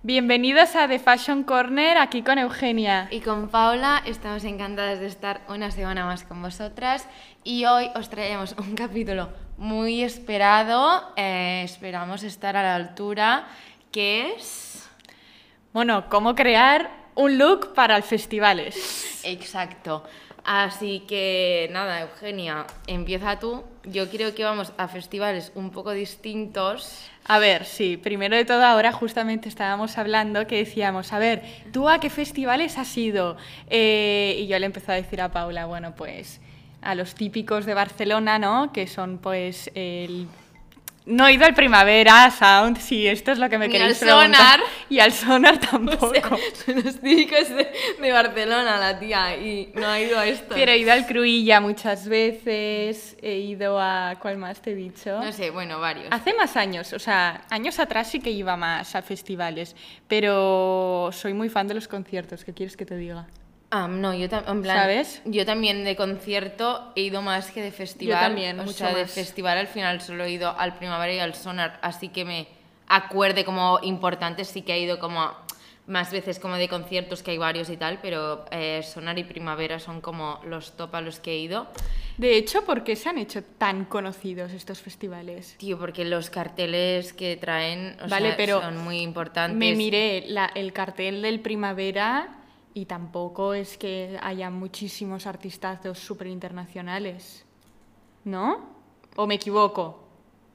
Bienvenidos a The Fashion Corner, aquí con Eugenia. Y con Paula estamos encantadas de estar una semana más con vosotras y hoy os traemos un capítulo muy esperado, esperamos estar a la altura, que es... Bueno, cómo crear un look para los festivales. Exacto. Así que nada, Eugenia, empieza tú. Yo creo que vamos a festivales un poco distintos. A ver, sí, primero de todo ahora justamente estábamos hablando que decíamos, a ver, ¿tú a qué festivales has ido? Y yo le empecé a decir a Paula, bueno, pues a los típicos de Barcelona, ¿no? Que son pues el... No he ido al Primavera Sound, sí, esto es lo que me queréis preguntar. Sonar. Y al Sonar tampoco. O sea, son los típicos de Barcelona, la tía, y no ha ido a esto. Pero he ido al Cruïlla muchas veces, he ido a... ¿Cuál más te he dicho? No sé, bueno, varios. Hace más años, o sea, años atrás sí que iba más a festivales, pero soy muy fan de los conciertos, ¿qué quieres que te diga? No, en plan, ¿Sabes? Yo también de concierto he ido más que de festival. Yo también, o mucho sea, de más. festival al final solo he ido al Primavera y al Sonar, así que me acuerde como importantes, sí que he ido como más veces como de conciertos, que hay varios y tal, pero Sonar y Primavera son como los top a los que he ido. De hecho, ¿por qué se han hecho tan conocidos estos festivales? Tío, porque los carteles que traen Vale, pero son muy importantes. Me miré el cartel del Primavera y tampoco es que haya muchísimos artistazos súper internacionales, ¿no? ¿O me equivoco?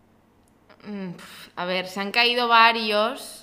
A ver, se han caído varios,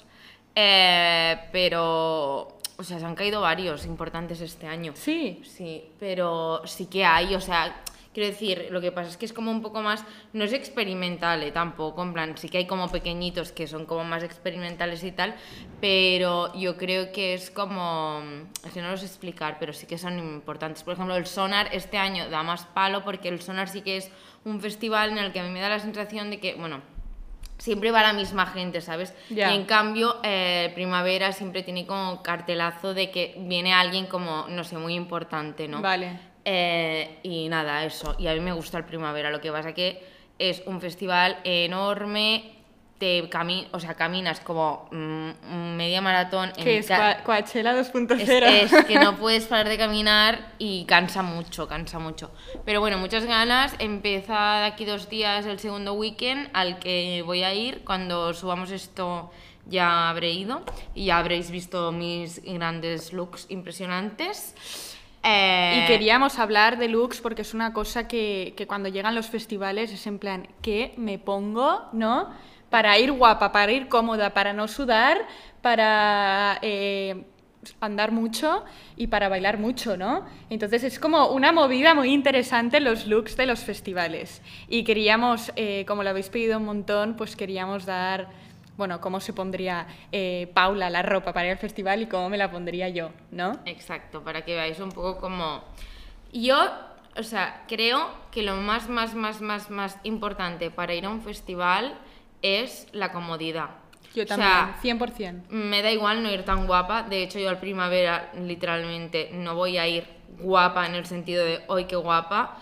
pero... O sea, se han caído varios importantes este año. Sí. Sí, pero sí que hay, o sea... Quiero decir, lo que pasa es que es como un poco más... No es experimental, tampoco, en plan, sí que hay como pequeñitos que son como más experimentales y tal, pero yo creo que es como... Es que no lo sé explicar, pero sí que son importantes. Por ejemplo, el Sonar este año da más palo porque el Sonar sí que es un festival en el que a mí me da la sensación de que, bueno... Siempre va la misma gente, ¿sabes? Ya. Y en cambio, Primavera siempre tiene como cartelazo de que viene alguien como, no sé, muy importante, ¿no? Vale. Y nada, eso. Y a mí me gusta el Primavera. Lo que pasa que es un festival enorme. O sea, caminas como media maratón. ¿Qué es? Coachella 2.0. Es que no puedes parar de caminar y cansa mucho, cansa mucho. Pero bueno, muchas ganas. Empieza de aquí 2 días el segundo weekend al que voy a ir. Cuando subamos esto ya habré ido y ya habréis visto mis grandes looks impresionantes. Y queríamos hablar de looks porque es una cosa que cuando llegan los festivales es en plan, ¿qué me pongo? ¿No? Para ir guapa, para ir cómoda, para no sudar, para andar mucho y para bailar mucho, ¿no? Entonces es como una movida muy interesante los looks de los festivales. Y queríamos, como lo habéis pedido un montón, pues queríamos dar, bueno, cómo se pondría Paula la ropa para ir al festival y cómo me la pondría yo, ¿no? Exacto, para que veáis un poco como... Yo, o sea, creo que lo más importante para ir a un festival es la comodidad. Yo también, o sea, 100%. Me da igual no ir tan guapa. De hecho, yo al Primavera literalmente no voy a ir guapa en el sentido de hoy qué guapa.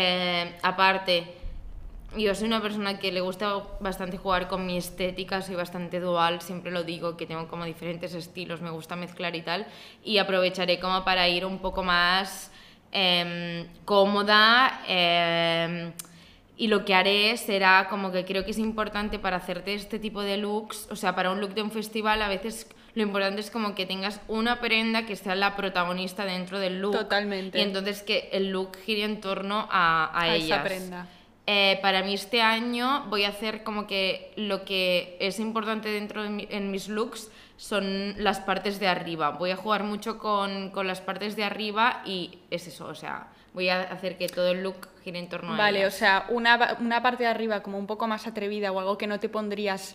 Aparte, yo soy una persona que le gusta bastante jugar con mi estética, soy bastante dual, siempre lo digo, que tengo como diferentes estilos, me gusta mezclar y tal, y aprovecharé como para ir un poco más cómoda, y lo que haré será como que creo que es importante para hacerte este tipo de looks, o sea, para un look de un festival a veces lo importante es como que tengas una prenda que sea la protagonista dentro del look. Totalmente. Y entonces que el look gire en torno a ellas. Esa prenda. Para mí este año voy a hacer como que lo que es importante dentro de en mis looks son las partes de arriba. Voy a jugar mucho con las partes de arriba y es eso, o sea, voy a hacer que todo el look gire en torno a Vale, ellas. o sea, una parte de arriba como un poco más atrevida o algo que no te pondrías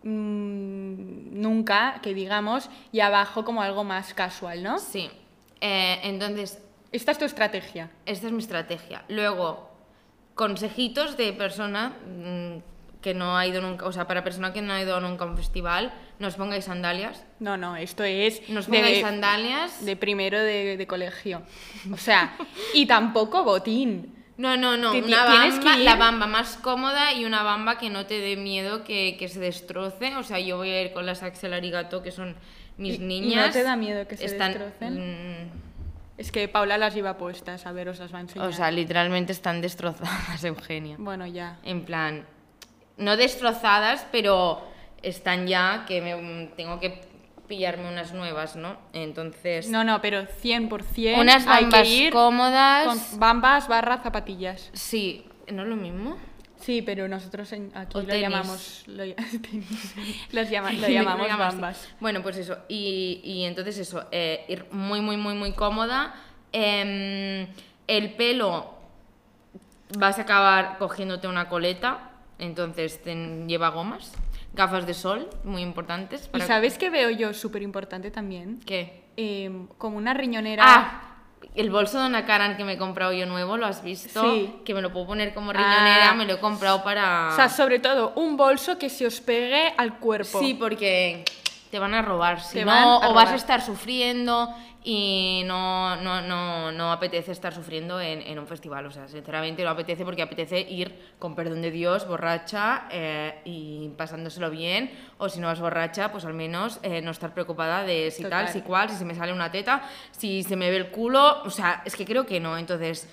nunca, que digamos, y abajo como algo más casual, ¿no? Sí. Entonces, Esta es tu estrategia. esta es mi estrategia. Luego, consejitos de persona que no ha ido nunca, o sea, para persona que no ha ido nunca a un festival, no os pongáis sandalias. No, esto es No os pongáis sandalias. de primero de colegio. O sea, y tampoco botín. No, una tienes bamba, que ir... la bamba más cómoda y una bamba que no te dé miedo que se destroce. O sea, yo voy a ir con las Axel Arigato, que son mis niñas. ¿Y no te da miedo que se están, destrocen? Es que Paula las lleva puestas, a ver, os las va a enseñar. O sea, literalmente están destrozadas, Eugenia. Bueno, ya. En plan, no destrozadas, pero están ya que tengo que pillarme unas nuevas, ¿no? Entonces... No, pero 100% unas hay bambas que ir cómodas. con bambas barra zapatillas. Sí, ¿no es lo mismo? Sí, pero nosotros aquí O lo tenis. llamamos... Lo llamamos bambas. Bueno, pues eso. Y entonces eso, ir muy cómoda. El pelo vas a acabar cogiéndote una coleta, entonces lleva gomas. Gafas de sol, muy importantes. ¿Y sabes qué veo yo súper importante también? ¿Qué? Como una riñonera... Ah, el bolso de Donna Karan que me he comprado yo nuevo, ¿lo has visto? Sí. Que me lo puedo poner como riñonera, me lo he comprado para... O sea, sobre todo, un bolso que se os pegue al cuerpo. Sí, porque te van a robar, si Te no, van a o vas robar. a estar sufriendo y no apetece estar sufriendo en un festival. O sea, sinceramente no apetece porque apetece ir, con perdón de Dios, borracha y pasándoselo bien. O si no vas borracha, pues al menos no estar preocupada de si Total. tal, si cual, si se me sale una teta, si se me ve el culo. O sea, es que creo que no. Entonces...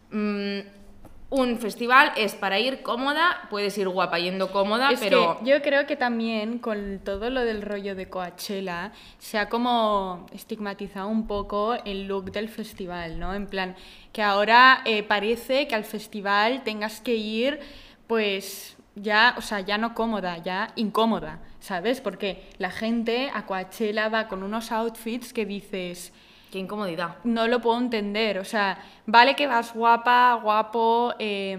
un festival es para ir cómoda, puedes ir guapa yendo cómoda, Es pero... que yo creo que también con todo lo del rollo de Coachella se ha como estigmatizado un poco el look del festival, ¿no? En plan, que ahora parece que al festival tengas que ir, pues ya, o sea, ya no cómoda, ya incómoda, ¿sabes? Porque la gente a Coachella va con unos outfits que dices... Qué incomodidad. No lo puedo entender, o sea, vale que vas guapa, guapo,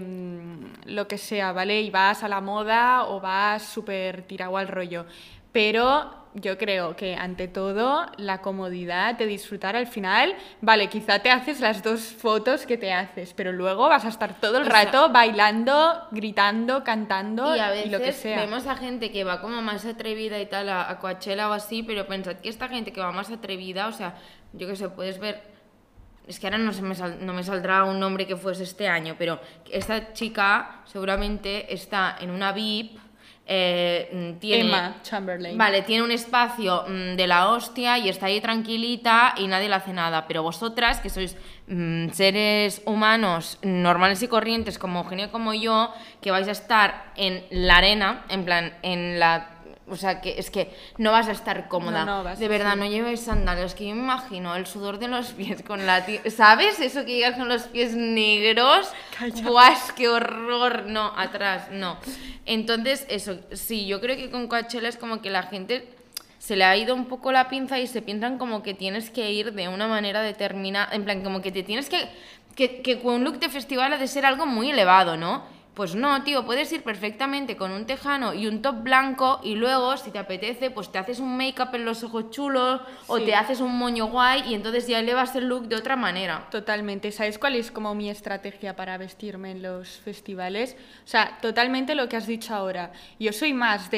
lo que sea, ¿vale? Y vas a la moda o vas súper tirado al rollo, pero yo creo que ante todo la comodidad de disfrutar al final, vale, quizá te haces las 2 fotos que te haces, pero luego vas a estar todo el rato bailando, gritando, cantando Y a veces lo que sea. vemos a gente que va como más atrevida y tal a Coachella o así, pero pensad que esta gente que va más atrevida, o sea, yo qué sé, puedes ver... Es que ahora no me saldrá un nombre que fuese este año, pero esta chica seguramente está en una VIP, tiene... Emma Chamberlain. Vale, tiene un espacio de la hostia y está ahí tranquilita y nadie le hace nada. Pero vosotras, que sois seres humanos normales y corrientes como Eugenia como yo, que vais a estar en la arena, en plan, en la... O sea, que es que no vas a estar cómoda. No, de verdad, sí. no lleves sandalias. Que yo me imagino el sudor de los pies con la... ¿Sabes? Eso que llegas con los pies negros. Calla. ¡Buah, qué horror! No, atrás, no. Entonces, eso, sí, yo creo que con Coachella es como que la gente se le ha ido un poco la pinza y se piensan como que tienes que ir de una manera determinada. En plan, como que te tienes que con un look de festival ha de ser algo muy elevado, ¿no? Pues no, tío, puedes ir perfectamente con un tejano y un top blanco y luego, si te apetece, pues te haces un make-up en los ojos chulos o Sí. te haces un moño guay y entonces ya elevas el look de otra manera. Totalmente. ¿Sabes cuál es como mi estrategia para vestirme en los festivales? O sea, totalmente lo que has dicho ahora. Yo soy más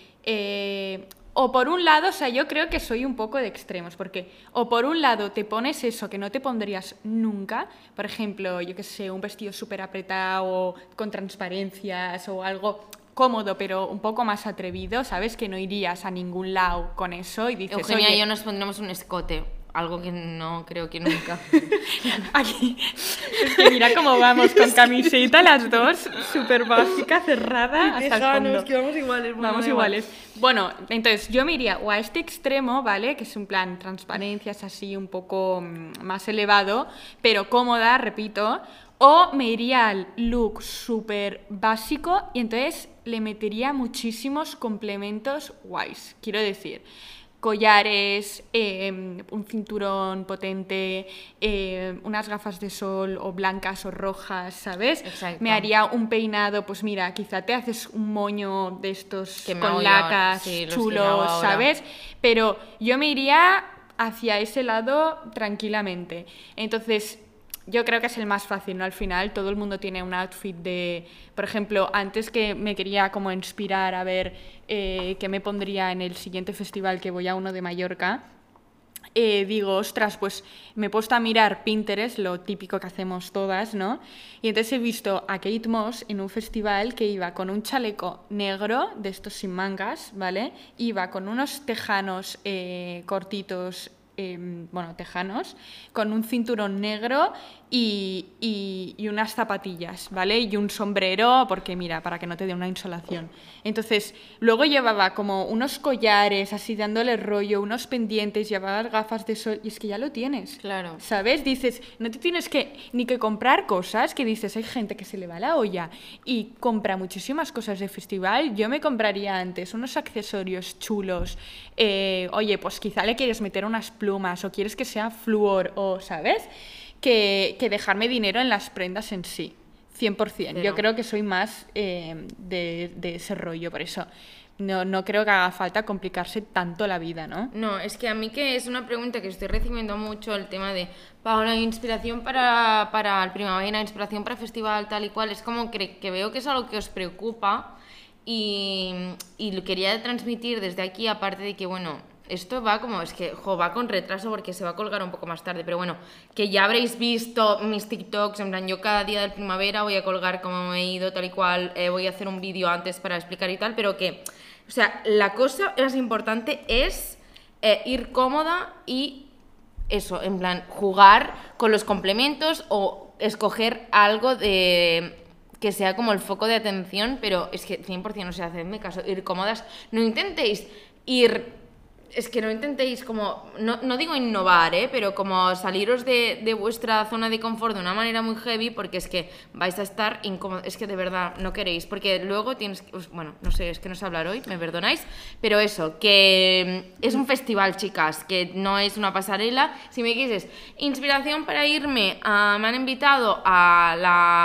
de... o por un lado, o sea, yo creo que soy un poco de extremos, porque o por un lado te pones eso que no te pondrías nunca, por ejemplo, yo qué sé, un vestido súper apretado con transparencias o algo cómodo pero un poco más atrevido, ¿sabes? Que no irías a ningún lado con eso y dices, Eugenia oye, y yo nos pondremos un escote, algo que no creo que nunca. aquí, es que mira cómo vamos, con camiseta las dos, súper básica, cerrada hasta el fondo. que vamos iguales. Vamos iguales. Bueno, entonces yo me iría o a este extremo, ¿vale? Que es un plan transparencias así un poco más elevado, pero cómoda, repito. O me iría al look súper básico y entonces le metería muchísimos complementos guays. Quiero decir, collares, un cinturón potente, unas gafas de sol o blancas o rojas, ¿sabes? Exacto. Me haría un peinado, pues mira, quizá te haces un moño de estos Que me hago con yo, lacas sí, los que me hago chulos, ahora. ¿sabes? Pero yo me iría hacia ese lado tranquilamente. Entonces, yo creo que es el más fácil, ¿no? Al final todo el mundo tiene un outfit de... Por ejemplo, antes que me quería como inspirar a ver qué me pondría en el siguiente festival, que voy a uno de Mallorca, digo, ostras, pues me he puesto a mirar Pinterest, lo típico que hacemos todas, ¿no? Y entonces he visto a Kate Moss en un festival que iba con un chaleco negro, de estos sin mangas, ¿vale? Iba con unos tejanos cortitos, bueno, tejanos, con un cinturón negro y unas zapatillas, ¿vale? Y un sombrero, porque mira, para que no te dé una insolación. Entonces, luego llevaba como unos collares, así dándole rollo, unos pendientes, llevaba gafas de sol, y es que ya lo tienes. Claro. ¿Sabes? Dices, no te tienes ni que comprar cosas, que dices, hay gente que se le va la olla y compra muchísimas cosas de festival. Yo me compraría antes unos accesorios chulos. Oye, pues quizá le quieres meter unas plumas o quieres que sea flúor o, ¿sabes? Que dejarme dinero en las prendas en sí, 100%. Pero... Yo creo que soy más de ese rollo, por eso no creo que haga falta complicarse tanto la vida, ¿no? No, es que a mí que es una pregunta que estoy recibiendo mucho, el tema de Paola, inspiración para el primavera, inspiración para festival, tal y cual, es como que veo que es algo que os preocupa y lo quería transmitir desde aquí, aparte de que, bueno... Esto va como, es que, va con retraso porque se va a colgar un poco más tarde, pero bueno, que ya habréis visto mis TikToks, en plan, yo cada día del primavera voy a colgar cómo me he ido, tal y cual, voy a hacer un vídeo antes para explicar y tal, pero que, o sea, la cosa más importante es ir cómoda y eso, en plan, jugar con los complementos o escoger algo de... que sea como el foco de atención, pero es que 100%, o sea, hacedme caso, ir cómodas, no intentéis ir... Es que no intentéis como, no digo innovar, pero como saliros de vuestra zona de confort de una manera muy heavy, porque es que vais a estar incómodos, es que de verdad no queréis, porque luego tienes, bueno, no sé, es que no sé hablar hoy, me perdonáis, pero eso, que es un festival, chicas, que no es una pasarela. Si me dices, inspiración para irme, me han invitado a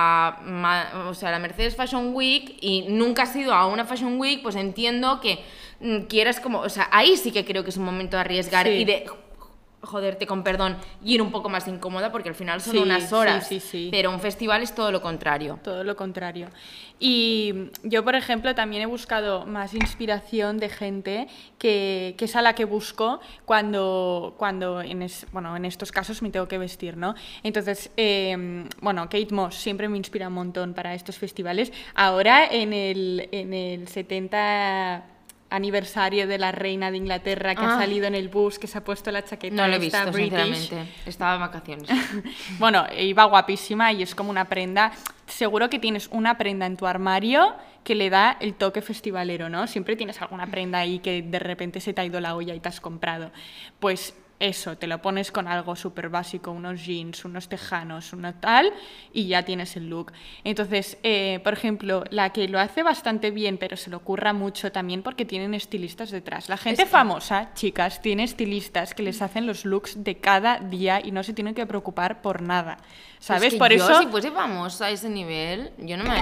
la Mercedes Fashion Week y nunca has ido a una Fashion Week, pues entiendo que quieras como, o sea, ahí sí que creo que es un momento de arriesgar y de joderte con perdón y ir un poco más incómoda porque al final son unas horas, pero un festival es todo lo contrario. Todo lo contrario. Y yo, por ejemplo, también he buscado más inspiración de gente que es a la que busco cuando en estos casos me tengo que vestir, ¿no? Entonces, bueno, Kate Moss siempre me inspira un montón para estos festivales. Ahora en el 70 aniversario de la reina de Inglaterra, que ha salido en el bus, que se ha puesto la chaqueta. No lo he visto, British. Sinceramente. Estaba en vacaciones. Bueno, iba guapísima y es como una prenda. Seguro que tienes una prenda en tu armario que le da el toque festivalero, ¿no? Siempre tienes alguna prenda ahí que de repente se te ha ido la olla y te has comprado. Pues eso, te lo pones con algo súper básico, unos jeans, unos tejanos, uno tal, y ya tienes el look. Entonces, por ejemplo, la que lo hace bastante bien, pero se le ocurra mucho también porque tienen estilistas detrás. La gente famosa, chicas, tiene estilistas que les hacen los looks de cada día y no se tienen que preocupar por nada, ¿sabes? Es que por yo, eso... si fuese famosa a ese nivel, yo no me...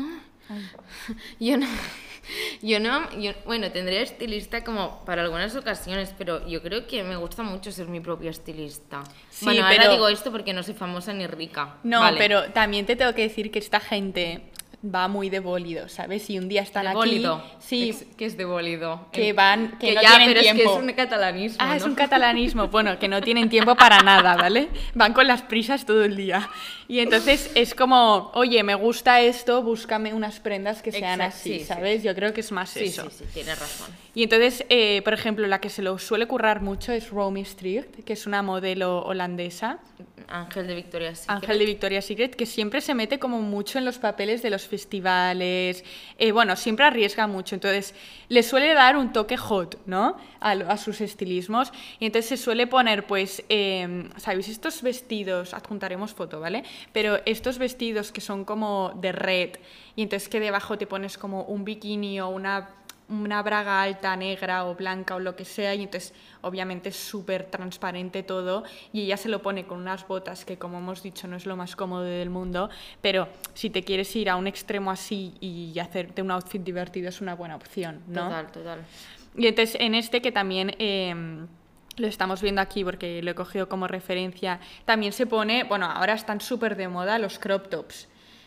Bueno, tendría estilista como para algunas ocasiones, pero yo creo que me gusta mucho ser mi propia estilista. Sí, bueno, pero... ahora digo esto porque no soy famosa ni rica. No, vale. Pero también te tengo que decir que esta gente va muy de bólido, ¿sabes? Y un día están aquí... ¿Bólido? Sí. ¿Qué es de bólido? Que van, que no ya, tienen pero tiempo. Es que es un catalanismo, Ah, ¿no? es un catalanismo. Bueno, que no tienen tiempo para nada, ¿vale? Van con las prisas todo el día. Y entonces es como, oye, me gusta esto, búscame unas prendas que sean así, ¿sabes? Yo creo que es más eso. Sí, tienes razón. Y entonces, por ejemplo, la que se lo suele currar mucho es Romy Street, que es una modelo holandesa. Ángel de Victoria's Secret. Ángel de Victoria's Secret, que siempre se mete como mucho en los papeles de los festivales. Bueno, siempre arriesga mucho. Entonces, le suele dar un toque hot, ¿no? A sus estilismos. Y entonces se suele poner, pues, ¿sabéis? Estos vestidos, adjuntaremos foto, ¿vale? Pero estos vestidos que son como de red, y entonces que debajo te pones como un bikini o una braga alta negra o blanca o lo que sea, y entonces obviamente es súper transparente todo, y ella se lo pone con unas botas que, como hemos dicho, no es lo más cómodo del mundo, pero si te quieres ir a un extremo así y hacerte un outfit divertido es una buena opción, ¿no? Total. Y entonces en este, que también lo estamos viendo aquí porque lo he cogido como referencia, también se pone, bueno, ahora están súper de moda los crop tops,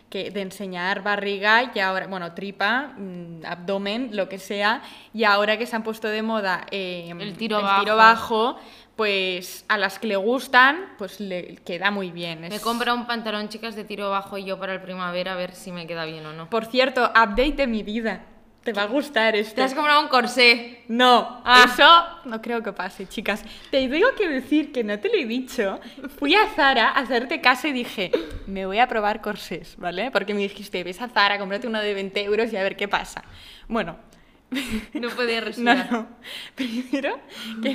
de enseñar barriga y ahora, bueno, tripa, abdomen, lo que sea, y ahora que se han puesto de moda el tiro bajo, pues a las que le gustan, pues le queda muy bien. Me compro un pantalón, chicas, de tiro bajo y yo para el primavera a ver si me queda bien o no. Por cierto, update de mi vida. Te va a gustar esto. ¿Te has comprado un corsé? No, eso no creo que pase, chicas. Te tengo que decir que no te lo he dicho. Fui a Zara a hacerte caso y dije, me voy a probar corsés, ¿vale? Porque me dijiste, ves a Zara, cómprate uno de 20 euros y a ver qué pasa. Bueno. No podía respirar. No. Primero, que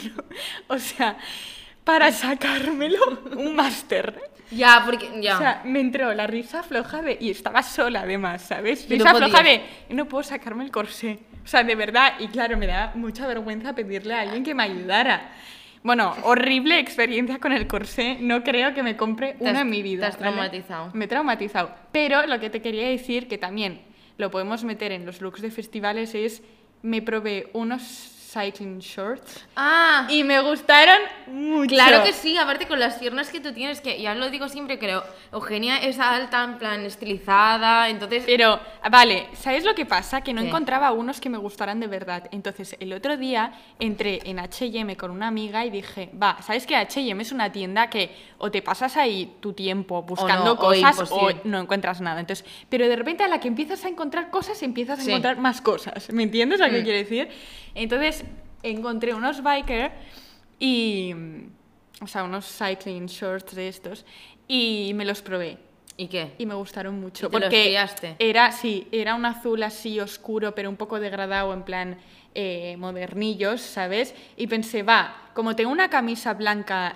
o sea, para sacármelo, un máster. Ya, porque... Ya. O sea, me entró la risa floja de... Y estaba sola, además, ¿sabes? Y no Risa floja podías. de... No puedo sacarme el corsé. O sea, de verdad. Y claro, me da mucha vergüenza pedirle a alguien que me ayudara. Bueno, horrible experiencia con el corsé. No creo que me compre uno en mi vida. Te has traumatizado. ¿Vale? Me he traumatizado. Pero lo que te quería decir, que también lo podemos meter en los looks de festivales, es... Me probé unos cycling shorts. Ah, Y me gustaron mucho. claro que sí, aparte con las piernas que tú tienes, que ya lo digo siempre, creo, Eugenia es alta, en plan estilizada, entonces... Pero, vale, ¿sabes lo que pasa? Que no ¿Qué? encontraba unos que me gustaran de verdad. Entonces, el otro día entré en H&M con una amiga y dije, va, ¿sabes que H&M es una tienda que o te pasas ahí tu tiempo buscando no, o cosas o imposible. no encuentras nada? Entonces, pero de repente a la que empiezas a encontrar cosas, empiezas a Sí. encontrar más cosas. ¿Me entiendes lo que quiero decir? Entonces, encontré unos biker y... O sea, unos cycling shorts de estos y me los probé. ¿Y qué? Y me gustaron mucho. ¿Y te los porque pillaste? era un azul así oscuro, pero un poco degradado, en plan modernillos, ¿sabes? Y pensé, va, como tengo una camisa blanca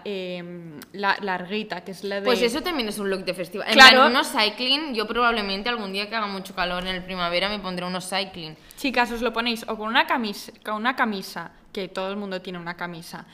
larguita, que es la de... Pues eso también es un look de festival. En Claro. plan, unos cycling, yo probablemente algún día que haga mucho calor en el primavera me pondré unos cycling. Chicas, os lo ponéis o con una camisa, que todo el mundo tiene una camisa,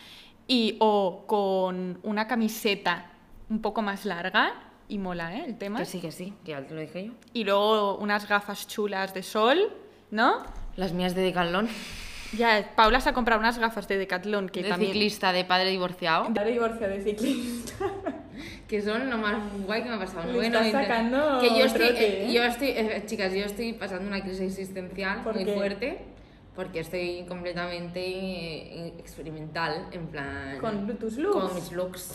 o con una camiseta un poco más larga, y mola, ¿eh? El tema. Que sí, que ya te lo dije yo. Y luego unas gafas chulas de sol, ¿no? Las mías de Decathlon, Ya, Paula se ha comprado unas gafas de Decathlon que de también... ciclista, de padre divorciado, De divorcio de ciclista. que son lo más guay que me ha pasado. Le Bueno, estás sacando que yo estoy, trote, ¿eh? chicas, yo estoy pasando una crisis existencial ¿Por muy qué? fuerte, porque estoy completamente experimental, en plan... ¿Con tus looks? Con mis looks.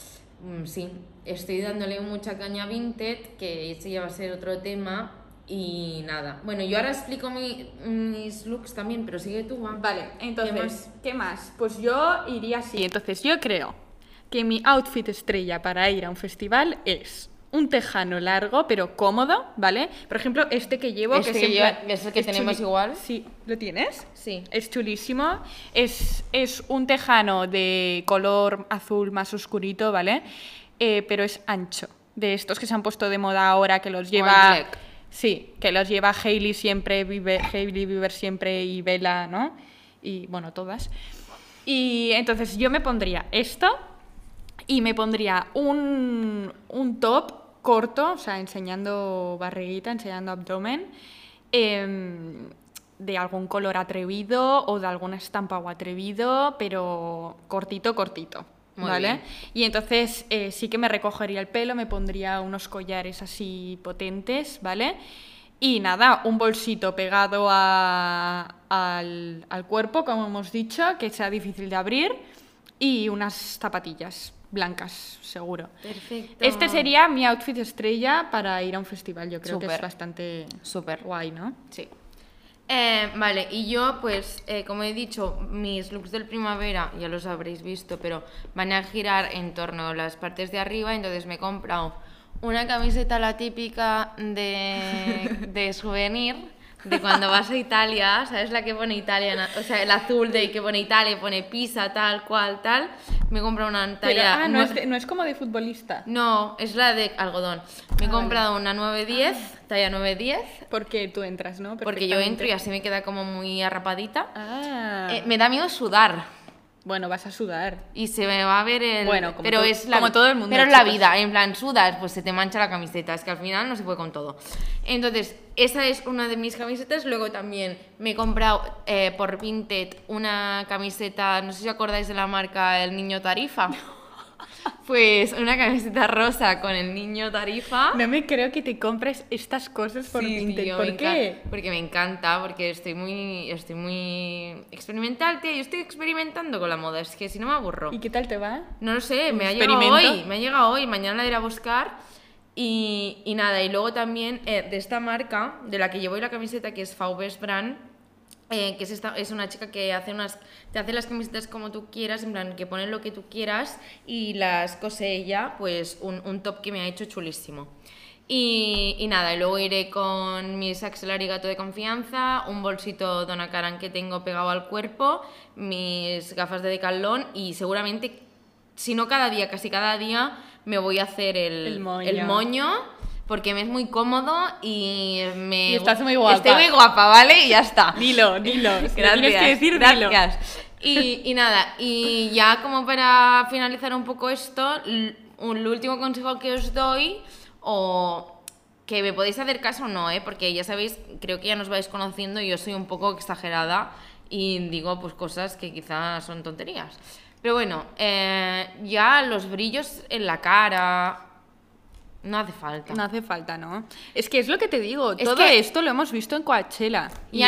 Sí, estoy dándole mucha caña a Vinted, que ese ya va a ser otro tema. Y nada, bueno, yo ahora explico mis looks también, pero sigue tú, va. Vale, entonces, ¿Qué más? ¿qué más? Pues yo iría así. Entonces, yo creo que mi outfit estrella para ir a un festival es un tejano largo, pero cómodo, ¿vale? Por ejemplo, este que llevo, Este que que en yo- plan- ¿es el que tenemos chuli- igual? Sí, ¿lo tienes? Sí. Es chulísimo. Es un tejano de color azul más oscurito, ¿vale? Pero es ancho. De estos que se han puesto de moda ahora, que los lleva... White leg. Sí, que los lleva Hailey siempre, Hailey Bieber siempre y Bella, ¿no? Y bueno, todas. Y entonces yo me pondría esto y me pondría un top corto, o sea, enseñando barriguita, enseñando abdomen, de algún color atrevido o de alguna estampa o atrevido, pero cortito, cortito. Muy ¿Vale? bien. Y entonces sí que me recogería el pelo, me pondría unos collares así potentes, ¿vale? Y nada, un bolsito pegado al cuerpo, como hemos dicho, que sea difícil de abrir, y unas zapatillas blancas, seguro. Perfecto. Este sería mi outfit estrella para ir a un festival. Yo creo que es Súper. bastante Súper. guay, ¿no? Sí. Vale, y yo pues, como he dicho, mis looks del primavera, ya los habréis visto, pero van a girar en torno a las partes de arriba, entonces me he comprado una camiseta, la típica de souvenir, de cuando vas a Italia, ¿sabes? La que pone Italia, o sea, el azul de que pone Italia, pone Pisa, tal, cual, tal. Me he comprado una Pero, talla... no es como de futbolista. No, es la de algodón. Me he comprado una 910, talla 910, Porque tú entras, ¿no? porque yo entro y así me queda como muy arrapadita. Ah. Me da miedo sudar Bueno, vas a sudar. y se me va a ver el... Bueno, como pero todo- es la... como todo el mundo, Pero es la chicos. vida, en plan, sudas, pues se te mancha la camiseta. Es que al final no se puede con todo. Entonces, esa es una de mis camisetas. Luego también me he comprado por Vinted una camiseta, no sé si acordáis de la marca El Niño Tarifa. pues una camiseta rosa con el niño Tarifa. No me creo que te compres estas cosas por Vinted. Tío, ¿Por qué? Porque me encanta, porque estoy muy experimental, tío. Yo estoy experimentando con la moda, es que si no me aburro. ¿Y qué tal te va? No lo sé, ¿Un me ha experimento? llegado hoy, mañana la iré a buscar. Y nada, y luego también de esta marca, de la que llevo hoy la camiseta, que es Faubes Brand, que es una chica que te hace las camisetas como tú quieras, en plan, que pone lo que tú quieras y las cose ella, pues un top que me ha hecho chulísimo. Y nada, y luego iré con mis Axel Arigato de confianza, un bolsito Donna Karan que tengo pegado al cuerpo, mis gafas de Decathlon y seguramente, si no cada día, casi cada día, me voy a hacer el moño porque me es muy cómodo y Y estás muy guapa. Estoy muy guapa, ¿vale? Y ya está. Dilo. Gracias, Tienes que decir gracias. Y nada, y ya como para finalizar un poco esto, el último consejo que os doy, o que me podéis hacer caso o no, porque ya sabéis, creo que ya nos vais conociendo y yo soy un poco exagerada y digo pues cosas que quizás son tonterías. Pero bueno, ya los brillos en la cara no hace falta. No hace falta, ¿no? Es que es lo que te digo, Es todo que- esto lo hemos visto en Coachella. Y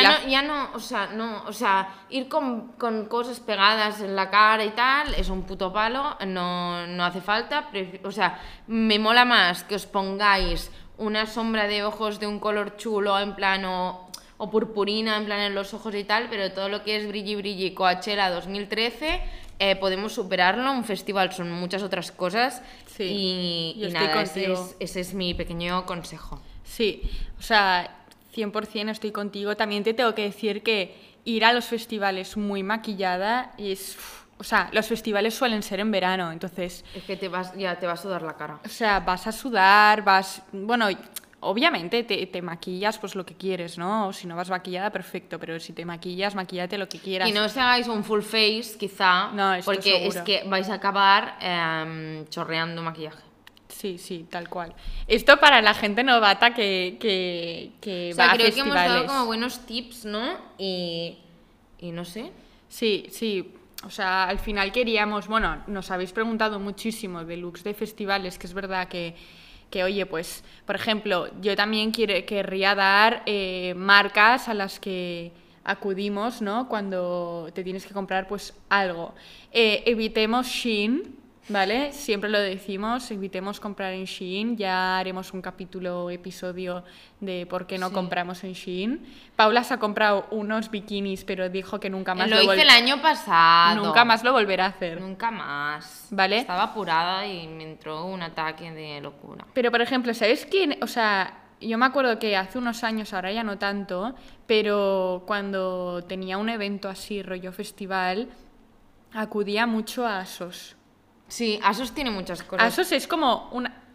o sea, ir con cosas pegadas en la cara y tal es un puto palo, no hace falta. O sea, me mola más que os pongáis una sombra de ojos de un color chulo, en plan, o purpurina, en plan, en los ojos y tal, pero todo lo que es brilli Coachella 2013, podemos superarlo. Un festival son muchas otras cosas. Sí, yo y estoy nada, contigo. ese es mi pequeño consejo. Sí, o sea, 100% estoy contigo. También te tengo que decir que ir a los festivales muy maquillada es... O sea, los festivales suelen ser en verano, entonces... Es que te va a sudar la cara. O sea, vas a sudar, Bueno, obviamente te maquillas pues lo que quieres, ¿no? O si no vas maquillada, perfecto, pero si te maquillas, maquíllate lo que quieras. Y no os hagáis un full face, quizá, No, esto porque seguro. es que vais a acabar chorreando maquillaje. Sí, tal cual. Esto para la gente novata que O va sea, a creo que hemos dado festivales. como buenos tips, ¿no? Y no sé. Sí. O sea, al final queríamos, bueno, nos habéis preguntado muchísimo de looks de festivales, que es verdad que oye, pues, por ejemplo, yo también querría dar marcas a las que acudimos, ¿no? Cuando te tienes que comprar, pues, algo. Evitemos Shein, ¿vale? Siempre lo decimos, evitemos comprar en Shein. Ya haremos un episodio de por qué no Sí. compramos en Shein. Paula se ha comprado unos bikinis, pero dijo que nunca más Lo hice el año pasado. nunca más lo volverá a hacer. Nunca más. ¿Vale? Estaba apurada y me entró un ataque de locura. Pero, por ejemplo, ¿sabes quién? O sea, yo me acuerdo que hace unos años, ahora ya no tanto, pero cuando tenía un evento así, rollo festival, acudía mucho a ASOS. Sí, ASOS tiene muchas cosas. ASOS es como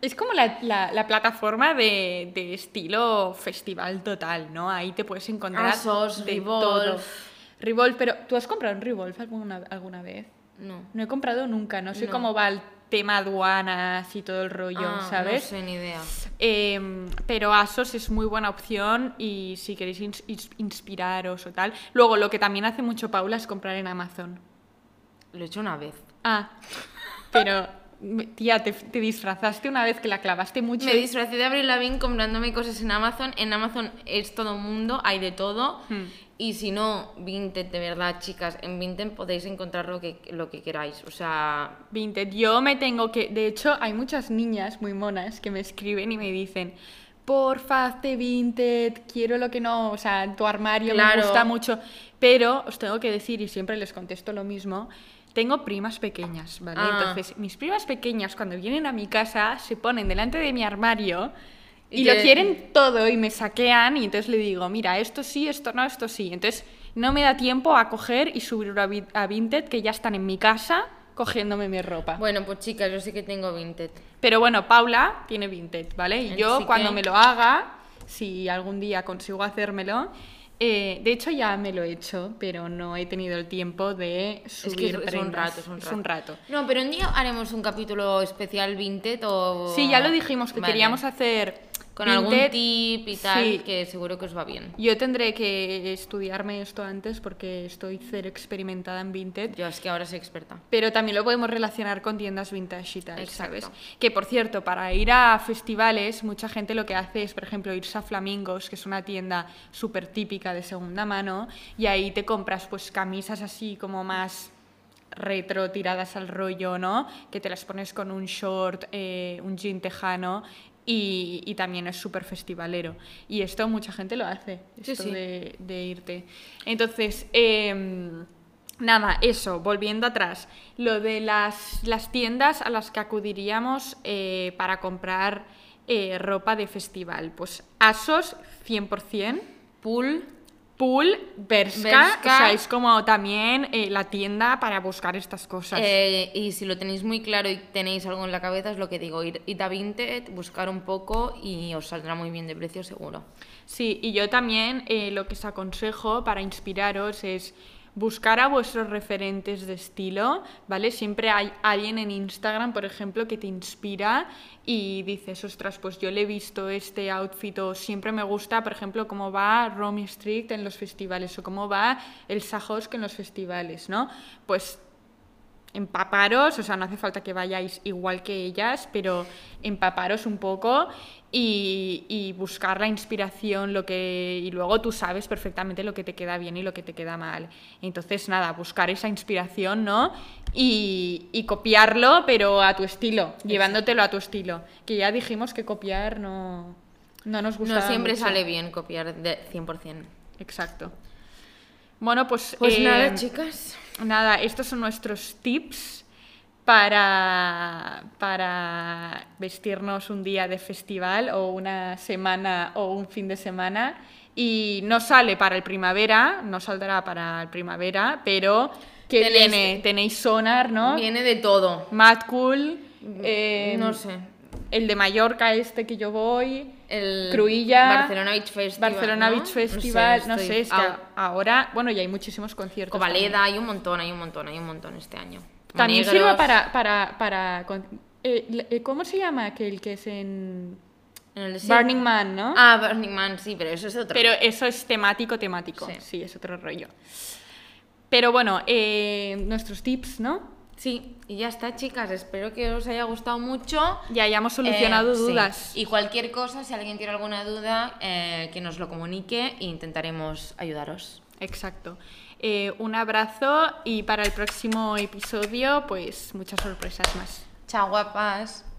la plataforma de estilo festival total, ¿no? Ahí te puedes encontrar ASOS, de Revolve. todo. Revolve, pero ¿tú has comprado en Revolve alguna vez? No. No he comprado nunca, no sé No. cómo va el tema aduanas y todo el rollo, ¿sabes? No sé ni idea. Pero ASOS es muy buena opción y si queréis inspiraros o tal. Luego, lo que también hace mucho Paula es comprar en Amazon. Lo he hecho una vez. Ah, pero, tía, te disfrazaste una vez que la clavaste mucho. Me disfracé de Avril Lavigne comprándome cosas en Amazon. En Amazon es todo mundo, hay de todo. Y si no, Vinted, de verdad, chicas, en Vinted podéis encontrar lo que queráis. O sea, Vinted, yo me tengo que... De hecho, hay muchas niñas muy monas que me escriben y me dicen... Porfa, hazte Vinted, quiero lo que no... O sea, tu armario Claro. me gusta mucho. Pero os tengo que decir, y siempre les contesto lo mismo... Tengo primas pequeñas, ¿vale? Ah. Entonces, mis primas pequeñas, cuando vienen a mi casa, se ponen delante de mi armario y Y lo te- quieren todo y me saquean y entonces le digo, mira, esto sí, esto no, esto sí. Entonces, no me da tiempo a coger y subirlo a Vinted, que ya están en mi casa cogiéndome mi ropa. bueno, pues chicas, yo sí que tengo Vinted. Pero bueno, Paula tiene Vinted, ¿vale? Y yo Sí cuando que- me lo haga, si algún día consigo hacérmelo... de hecho ya me lo he hecho, pero no he tenido el tiempo de subir es un prendas. rato, Es un rato. No, pero un día haremos un capítulo especial Vinted o... Sí, ya lo dijimos, que Vale. queríamos hacer Con algún Vinted, tip y tal, sí. que seguro que os va bien. Yo tendré que estudiarme esto antes porque estoy cero experimentada en Vinted. Yo es que ahora soy experta. Pero también lo podemos relacionar con tiendas vintage y tal, Exacto. ¿sabes? Que, por cierto, para ir a festivales, mucha gente lo que hace es, por ejemplo, irse a Flamingos, que es una tienda súper típica de segunda mano, y ahí te compras pues camisas así como más retro, tiradas al rollo, ¿no? Que te las pones con un short, un jean tejano, y también es súper festivalero. Y esto mucha gente lo hace, Sí, esto sí. de irte. Entonces, nada, eso, volviendo atrás, lo de las tiendas a las que acudiríamos para comprar ropa de festival. Pues ASOS 100%, Pool, Bershka, o sea, es como también la tienda para buscar estas cosas. Y si lo tenéis muy claro y tenéis algo en la cabeza, es lo que digo, id a Vinted, buscar un poco y os saldrá muy bien de precio seguro. Sí, y yo también lo que os aconsejo para inspiraros es buscar a vuestros referentes de estilo, ¿vale? Siempre hay alguien en Instagram, por ejemplo, que te inspira y dices, ostras, pues yo le he visto este outfit o siempre me gusta, por ejemplo, cómo va Romy Street en los festivales o cómo va el Sajosk en los festivales, ¿no? Pues empaparos, o sea, no hace falta que vayáis igual que ellas, pero empaparos un poco y buscar la inspiración, y luego tú sabes perfectamente lo que te queda bien y lo que te queda mal. Entonces, nada, buscar esa inspiración, ¿no? Y copiarlo, pero a tu estilo, llevándotelo a tu estilo. Que ya dijimos que copiar no nos gusta No siempre mucho. sale bien copiar de 100%. Exacto. Bueno, pues Nada, chicas. nada, estos son nuestros tips para vestirnos un día de festival o una semana o un fin de semana. Y no sale para el primavera, no saldrá para el primavera, pero que viene, tenéis Sonar, ¿no? Viene de todo. Mad Cool, No sé. el de Mallorca este que yo voy, El Cruïlla, Barcelona Beach Festival. Barcelona ¿no? Beach Festival, no sé, es que out. ahora, bueno, ya hay muchísimos conciertos. Covaleda, hay un montón este año. También Monegros. sirve ¿cómo se llama aquel que es en En el desierto. Burning Man, ¿no? Ah, Burning Man, sí, pero eso es otro. Pero eso es temático. Sí. Sí, es otro rollo. Pero bueno, nuestros tips, ¿no? Sí, y ya está, chicas. Espero que os haya gustado mucho. Ya hayamos solucionado Sí. dudas. Y cualquier cosa, si alguien tiene alguna duda, que nos lo comunique e intentaremos ayudaros. Exacto. Un abrazo y para el próximo episodio, pues muchas sorpresas más. Chao, guapas.